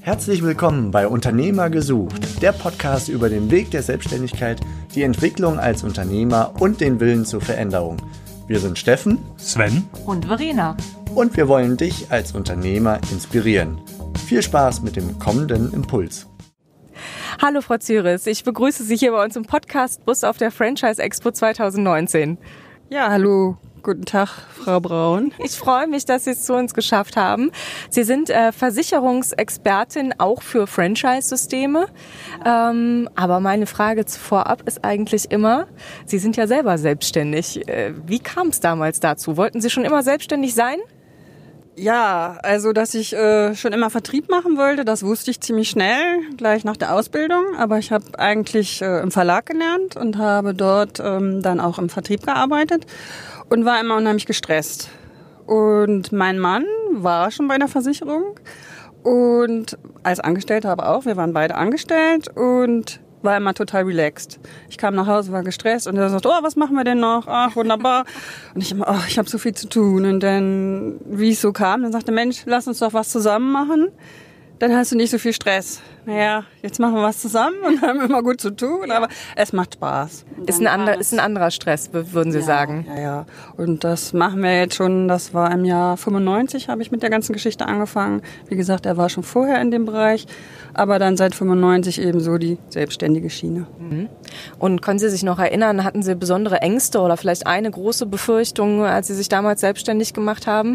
Herzlich willkommen bei Unternehmer gesucht, der Podcast über den Weg der Selbstständigkeit, die Entwicklung als Unternehmer und den Willen zur Veränderung. Wir sind Steffen, Sven und Verena und wir wollen dich als Unternehmer inspirieren. Viel Spaß mit dem kommenden Impuls. Hallo Frau Zyris, ich begrüße Sie hier bei uns im Podcast-Bus auf der Franchise Expo 2019. Ja, hallo. Guten Tag, Frau Braun. Ich freue mich, dass Sie es zu uns geschafft haben. Sie sind Versicherungsexpertin auch für Franchise-Systeme. Aber meine Frage vorab ist eigentlich immer, Sie sind ja selber selbstständig. Wie kam es damals dazu? Wollten Sie schon immer selbstständig sein? Ja, also dass ich schon immer Vertrieb machen wollte, das wusste ich ziemlich schnell, gleich nach der Ausbildung. Aber ich habe eigentlich im Verlag gelernt und habe dort dann auch im Vertrieb gearbeitet. Und war immer unheimlich gestresst. Und mein Mann war schon bei der Versicherung und als Angestellter aber auch. Wir waren beide angestellt und war immer total relaxed. Ich kam nach Hause, war gestresst und er sagte, oh, was machen wir denn noch? Ach, wunderbar. Und ich immer, oh, ich habe so viel zu tun. Und dann, wie es so kam, dann sagte Mensch, lass uns doch was zusammen machen. Dann hast du nicht so viel Stress. Naja, jetzt machen wir was zusammen und haben immer gut zu tun, aber es macht Spaß. Ist ein anderer Stress, würden Sie sagen? Ja. Und das machen wir jetzt schon, das war im Jahr 95, habe ich mit der ganzen Geschichte angefangen. Wie gesagt, er war schon vorher in dem Bereich, aber dann seit 95 eben so die selbstständige Schiene. Und können Sie sich noch erinnern, hatten Sie besondere Ängste oder vielleicht eine große Befürchtung, als Sie sich damals selbstständig gemacht haben?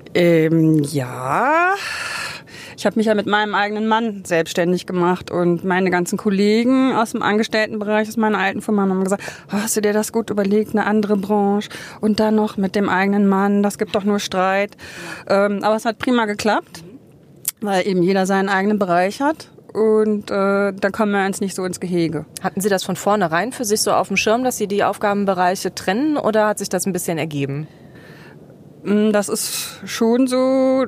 Ja... Ich habe mich ja mit meinem eigenen Mann selbstständig gemacht und meine ganzen Kollegen aus dem Angestelltenbereich, aus meiner alten Firma, haben gesagt, oh, hast du dir das gut überlegt, eine andere Branche und dann noch mit dem eigenen Mann, das gibt doch nur Streit. Aber es hat prima geklappt, weil eben jeder seinen eigenen Bereich hat. Und da kommen wir uns nicht so ins Gehege. Hatten Sie das von vornherein für sich so auf dem Schirm, dass Sie die Aufgabenbereiche trennen oder hat sich das ein bisschen ergeben? Das ist schon so...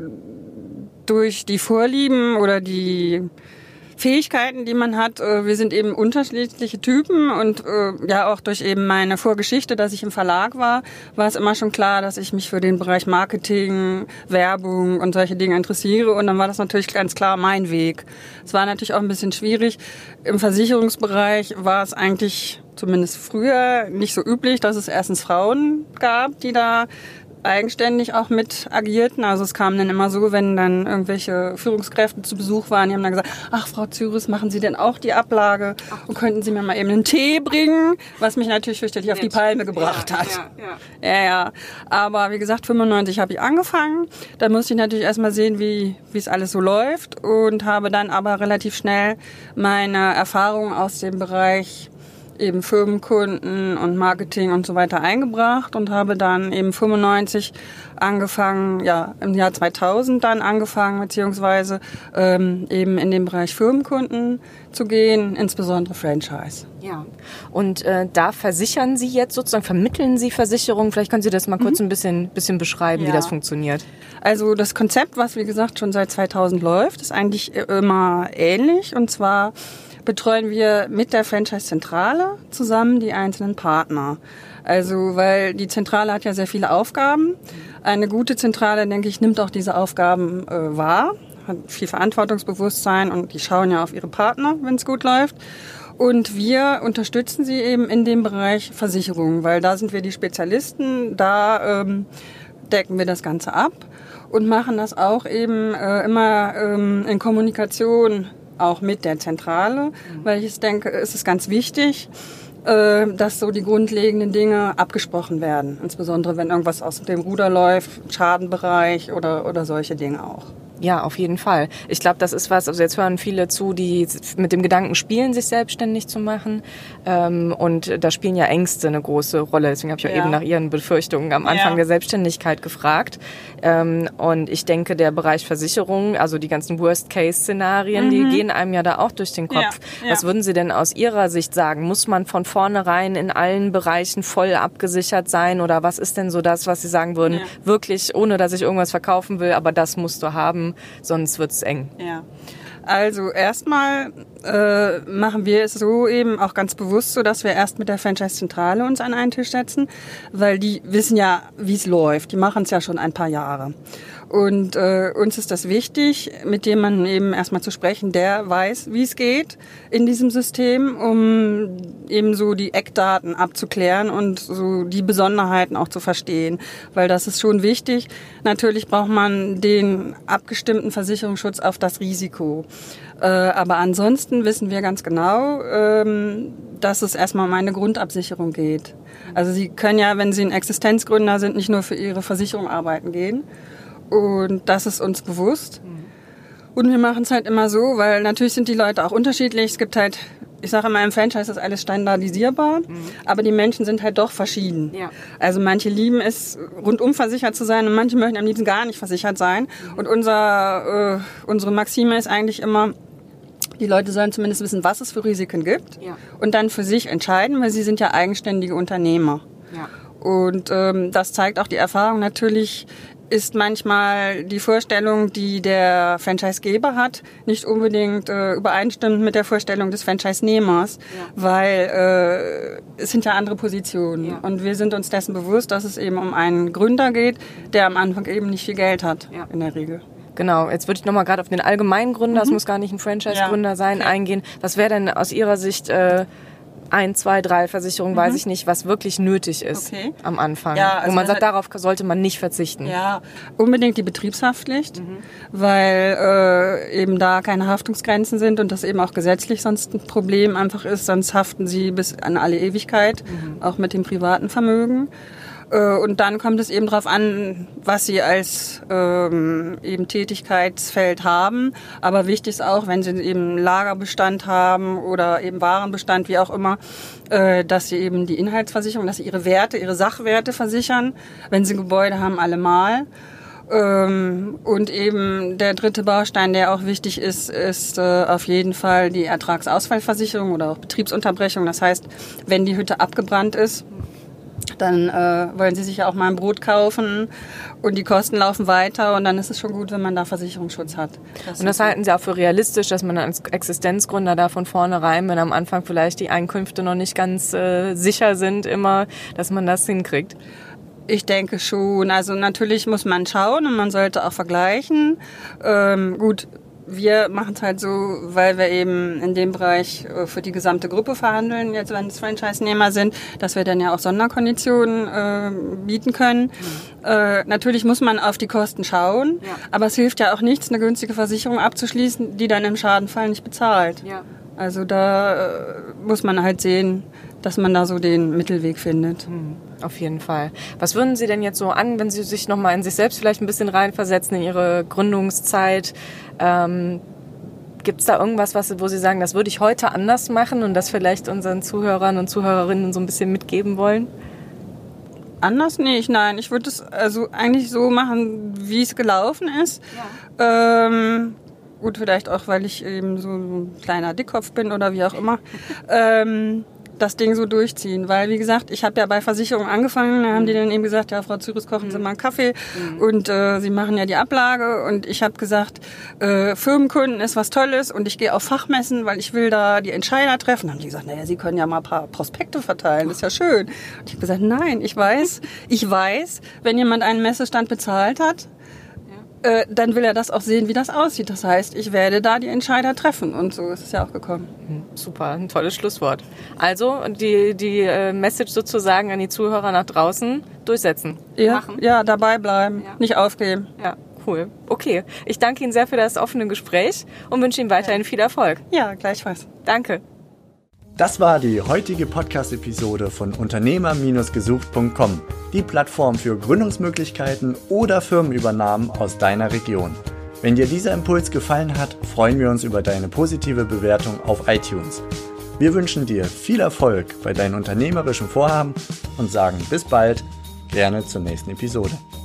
Durch die Vorlieben oder die Fähigkeiten, die man hat. Wir sind eben unterschiedliche Typen und ja auch durch eben meine Vorgeschichte, dass ich im Verlag war es immer schon klar, dass ich mich für den Bereich Marketing, Werbung und solche Dinge interessiere und dann war das natürlich ganz klar mein Weg. Es war natürlich auch ein bisschen schwierig. Im Versicherungsbereich war es eigentlich zumindest früher nicht so üblich, dass es erstens Frauen gab, die da eigenständig auch mit agierten. Also es kam dann immer so, wenn dann irgendwelche Führungskräfte zu Besuch waren, die haben dann gesagt, ach Frau Zyris, machen Sie denn auch die Ablage und könnten Sie mir mal eben einen Tee bringen, was mich natürlich fürchterlich auf die Palme gebracht hat. Ja. Aber wie gesagt, 95 habe ich angefangen. Da musste ich natürlich erstmal sehen, wie es alles so läuft und habe dann aber relativ schnell meine Erfahrungen aus dem Bereich eben Firmenkunden und Marketing und so weiter eingebracht und habe dann eben 95 angefangen, ja im Jahr 2000 dann angefangen, beziehungsweise eben in den Bereich Firmenkunden zu gehen, insbesondere Franchise. Ja, und da versichern Sie jetzt sozusagen, vermitteln Sie Versicherungen? Vielleicht können Sie das mal kurz ein bisschen beschreiben, wie das funktioniert. Also das Konzept, was wie gesagt schon seit 2000 läuft, ist eigentlich immer ähnlich und zwar betreuen wir mit der Franchise-Zentrale zusammen die einzelnen Partner. Also, weil die Zentrale hat ja sehr viele Aufgaben. Eine gute Zentrale, denke ich, nimmt auch diese Aufgaben wahr, hat viel Verantwortungsbewusstsein und die schauen ja auf ihre Partner, wenn es gut läuft. Und wir unterstützen sie eben in dem Bereich Versicherung, weil da sind wir die Spezialisten, da decken wir das Ganze ab und machen das auch eben immer in Kommunikation auch mit der Zentrale, weil ich denke, es ist ganz wichtig, dass so die grundlegenden Dinge abgesprochen werden. Insbesondere wenn irgendwas aus dem Ruder läuft, Schadenbereich oder solche Dinge auch. Ja, auf jeden Fall. Ich glaube, das ist was, also jetzt hören viele zu, die mit dem Gedanken spielen, sich selbstständig zu machen. Und da spielen ja Ängste eine große Rolle. Deswegen habe ich auch eben nach Ihren Befürchtungen am Anfang der Selbstständigkeit gefragt. Und ich denke, der Bereich Versicherung, also die ganzen Worst-Case-Szenarien, die gehen einem ja da auch durch den Kopf. Ja. Was würden Sie denn aus Ihrer Sicht sagen? Muss man von vornherein in allen Bereichen voll abgesichert sein? Oder was ist denn so das, was Sie sagen würden, wirklich, ohne dass ich irgendwas verkaufen will, aber das musst du haben, sonst wird's eng? Ja. Also erstmal machen wir es so eben auch ganz bewusst so, dass wir erst mit der Franchise-Zentrale uns an einen Tisch setzen, weil die wissen ja, wie es läuft. Die machen es ja schon ein paar Jahre. Und uns ist das wichtig, mit jemandem eben erstmal zu sprechen, der weiß, wie es geht in diesem System, um eben so die Eckdaten abzuklären und so die Besonderheiten auch zu verstehen. Weil das ist schon wichtig. Natürlich braucht man den abgestimmten Versicherungsschutz auf das Risiko. Aber ansonsten wissen wir ganz genau, dass es erstmal um eine Grundabsicherung geht. Also Sie können ja, wenn Sie ein Existenzgründer sind, nicht nur für Ihre Versicherung arbeiten gehen. Und das ist uns bewusst. Und wir machen es halt immer so, weil natürlich sind die Leute auch unterschiedlich. Es gibt halt, ich sage immer, im Franchise ist alles standardisierbar, aber die Menschen sind halt doch verschieden. Ja. Also manche lieben es, rundum versichert zu sein und manche möchten am liebsten gar nicht versichert sein. Und unsere Maxime ist eigentlich immer, die Leute sollen zumindest wissen, was es für Risiken gibt und dann für sich entscheiden, weil sie sind ja eigenständige Unternehmer. Ja. Und das zeigt auch die Erfahrung. Natürlich ist manchmal die Vorstellung, die der Franchisegeber hat, nicht unbedingt übereinstimmend mit der Vorstellung des Franchise-Nehmers, weil es sind ja andere Positionen. Ja. Und wir sind uns dessen bewusst, dass es eben um einen Gründer geht, der am Anfang eben nicht viel Geld hat, in der Regel. Genau, jetzt würde ich nochmal gerade auf den allgemeinen Gründer, es muss gar nicht ein Franchise-Gründer sein, eingehen. Was wäre denn aus Ihrer Sicht 1, 2, 3 Versicherungen, weiß ich nicht, was wirklich nötig ist am Anfang. Ja, also wo man sagt, darauf sollte man nicht verzichten. Ja, unbedingt die Betriebshaftpflicht, weil eben da keine Haftungsgrenzen sind und das eben auch gesetzlich sonst ein Problem einfach ist. Sonst haften sie bis an alle Ewigkeit, auch mit dem privaten Vermögen. Und dann kommt es eben darauf an, was sie als eben Tätigkeitsfeld haben. Aber wichtig ist auch, wenn sie eben Lagerbestand haben oder eben Warenbestand, wie auch immer, dass sie eben die Inhaltsversicherung, dass sie ihre Werte, ihre Sachwerte versichern. Wenn sie Gebäude haben, allemal. Und eben der dritte Baustein, der auch wichtig ist auf jeden Fall die Ertragsausfallversicherung oder auch Betriebsunterbrechung. Das heißt, wenn die Hütte abgebrannt ist, dann wollen sie sich ja auch mal ein Brot kaufen und die Kosten laufen weiter und dann ist es schon gut, wenn man da Versicherungsschutz hat. Und das halten Sie auch für realistisch, dass man als Existenzgründer da von vornherein, wenn am Anfang vielleicht die Einkünfte noch nicht ganz sicher sind, immer, dass man das hinkriegt? Ich denke schon. Also natürlich muss man schauen und man sollte auch vergleichen. Gut. Wir machen es halt so, weil wir eben in dem Bereich für die gesamte Gruppe verhandeln, jetzt wenn es Franchise-Nehmer sind, dass wir dann ja auch Sonderkonditionen bieten können. Natürlich muss man auf die Kosten schauen, aber es hilft ja auch nichts, eine günstige Versicherung abzuschließen, die dann im Schadenfall nicht bezahlt. Ja. Also da muss man halt sehen, dass man da so den Mittelweg findet. Auf jeden Fall. Was würden Sie denn jetzt so an, wenn Sie sich nochmal in sich selbst vielleicht ein bisschen reinversetzen in Ihre Gründungszeit? Gibt es da irgendwas, wo Sie sagen, das würde ich heute anders machen und das vielleicht unseren Zuhörern und Zuhörerinnen so ein bisschen mitgeben wollen? Anders nicht, nein. Ich würde es also eigentlich so machen, wie es gelaufen ist. Ja. Gut, vielleicht auch, weil ich eben so ein kleiner Dickkopf bin oder wie auch immer. Das Ding so durchziehen, weil wie gesagt, ich habe ja bei Versicherungen angefangen, da haben die dann eben gesagt, ja Frau Züris, kochen Sie mal einen Kaffee und Sie machen ja die Ablage und ich habe gesagt, Firmenkunden ist was Tolles und ich gehe auf Fachmessen, weil ich will da die Entscheider treffen. Dann haben die gesagt, naja, Sie können ja mal ein paar Prospekte verteilen, das ist ja schön. Und ich habe gesagt, nein, ich weiß, wenn jemand einen Messestand bezahlt hat, dann will er das auch sehen, wie das aussieht. Das heißt, ich werde da die Entscheider treffen. Und so ist es ja auch gekommen. Super, ein tolles Schlusswort. Also die Message sozusagen an die Zuhörer nach draußen durchsetzen. Ja, dabei bleiben, nicht aufgeben. Ja, cool. Okay, ich danke Ihnen sehr für das offene Gespräch und wünsche Ihnen weiterhin viel Erfolg. Ja, gleichfalls. Danke. Das war die heutige Podcast-Episode von Unternehmer-gesucht.com, die Plattform für Gründungsmöglichkeiten oder Firmenübernahmen aus deiner Region. Wenn dir dieser Impuls gefallen hat, freuen wir uns über deine positive Bewertung auf iTunes. Wir wünschen dir viel Erfolg bei deinen unternehmerischen Vorhaben und sagen bis bald, gerne zur nächsten Episode.